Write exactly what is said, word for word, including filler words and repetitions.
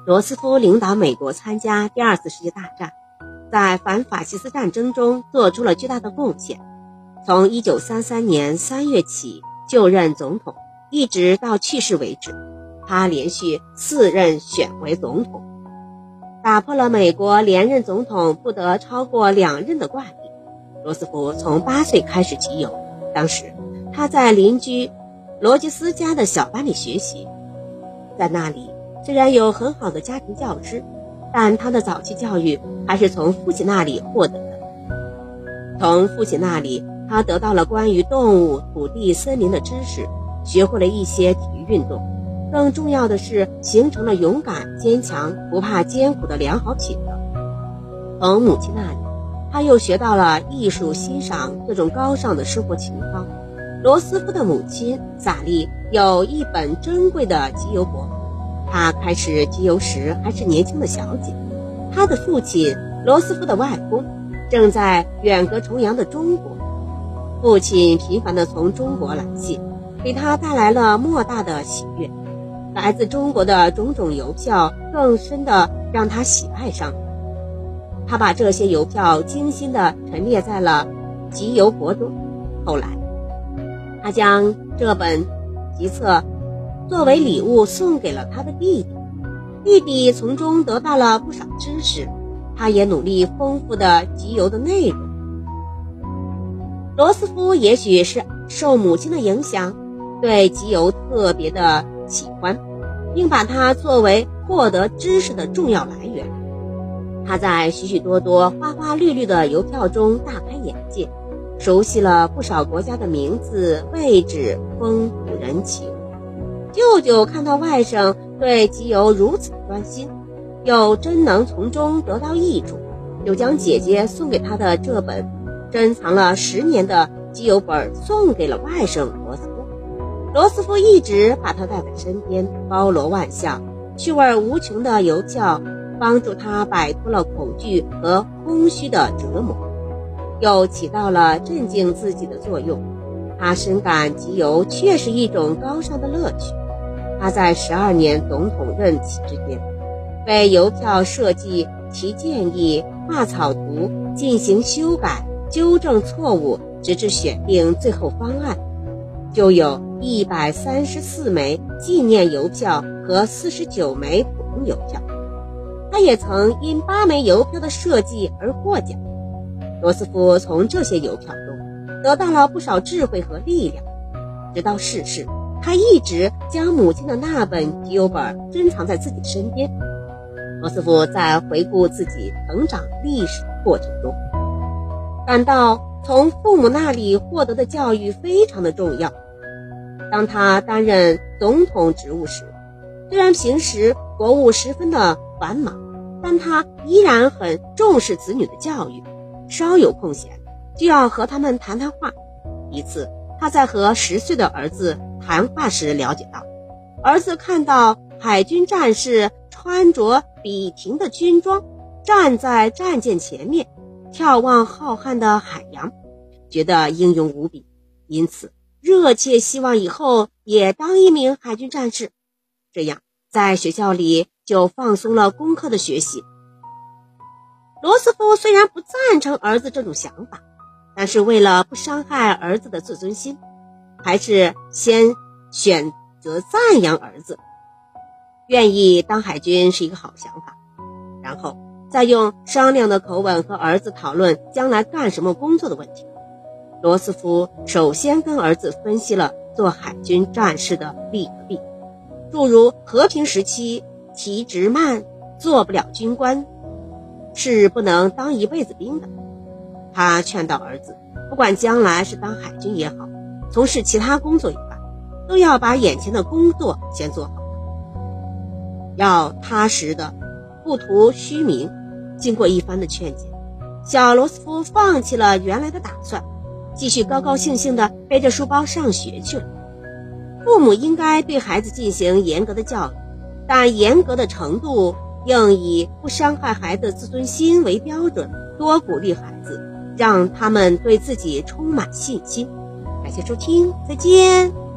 罗斯福领导美国参加第二次世界大战，在反法西斯战争中做出了巨大的贡献。从一九三三年三月起就任总统，一直到去世为止，他连续四任选为总统，打破了美国连任总统不得超过两任的惯例。罗斯福从八岁开始集邮，当时他在邻居罗杰斯家的小班里学习，在那里虽然有很好的家庭教师，但他的早期教育还是从父亲那里获得的。从父亲那里，他得到了关于动物、土地、森林的知识，学会了一些体育运动，更重要的是形成了勇敢、坚强、不怕艰苦的良好品德。从母亲那里，他又学到了艺术欣赏这种高尚的生活情操。罗斯福的母亲萨莉有一本珍贵的集邮簿，她开始集邮时还是年轻的小姐。她的父亲罗斯福的外公正在远隔重洋的中国，父亲频繁地从中国来信，给他带来了莫大的喜悦。来自中国的种种邮票更深地让他喜爱上了。他把这些邮票精心地陈列在了集邮簿中。后来他将这本集册作为礼物送给了他的弟弟，弟弟从中得到了不少知识，他也努力丰富的集邮的内容。罗斯福也许是受母亲的影响，对集邮特别的喜欢，并把它作为获得知识的重要来源。他在许许多多花花绿绿的邮票中大开眼界，熟悉了不少国家的名字、位置、风土人情。舅舅看到外甥对集邮如此专心，又真能从中得到益处，就将姐姐送给他的这本珍藏了十年的集邮本送给了外甥罗斯福。罗斯福一直把他带在身边，包罗万象，趣味无穷的邮票帮助他摆脱了恐惧和空虚的折磨，又起到了镇静自己的作用。他深感集邮确是一种高尚的乐趣。他在十二年总统任期之间，为邮票设计、提建议、画草图、进行修改、纠正错误，直至选定最后方案，就有一百三十四枚纪念邮票和四十九枚普通邮票。他也曾因八枚邮票的设计而获奖。罗斯福从这些邮票中得到了不少智慧和力量，直到逝世，他一直将母亲的那本集邮本珍藏在自己身边。罗斯福在回顾自己成长历史的过程中，感到从父母那里获得的教育非常的重要。当他担任总统职务时，虽然平时国务十分的繁忙，但他依然很重视子女的教育，稍有空闲就要和他们谈谈话。一次他在和十岁的儿子谈话时了解到，儿子看到海军战士穿着笔挺的军装站在战舰前面眺望浩瀚的海洋，觉得英勇无比，因此热切希望以后也当一名海军战士。这样在学校里就放松了功课的学习。罗斯福虽然不赞成儿子这种想法，但是为了不伤害儿子的自尊心，还是先选择赞扬儿子。愿意当海军是一个好想法，然后再用商量的口吻和儿子讨论将来干什么工作的问题。罗斯福首先跟儿子分析了做海军战士的利和弊，诸如和平时期提职慢，做不了军官，是不能当一辈子兵的。他劝导儿子，不管将来是当海军也好，从事其他工作也罢，都要把眼前的工作先做好，要踏实的，不图虚名。经过一番的劝解，小罗斯福放弃了原来的打算，继续高高兴兴地背着书包上学去了。父母应该对孩子进行严格的教育，但严格的程度应以不伤害孩子自尊心为标准，多鼓励孩子，让他们对自己充满信心。感谢收听，再见。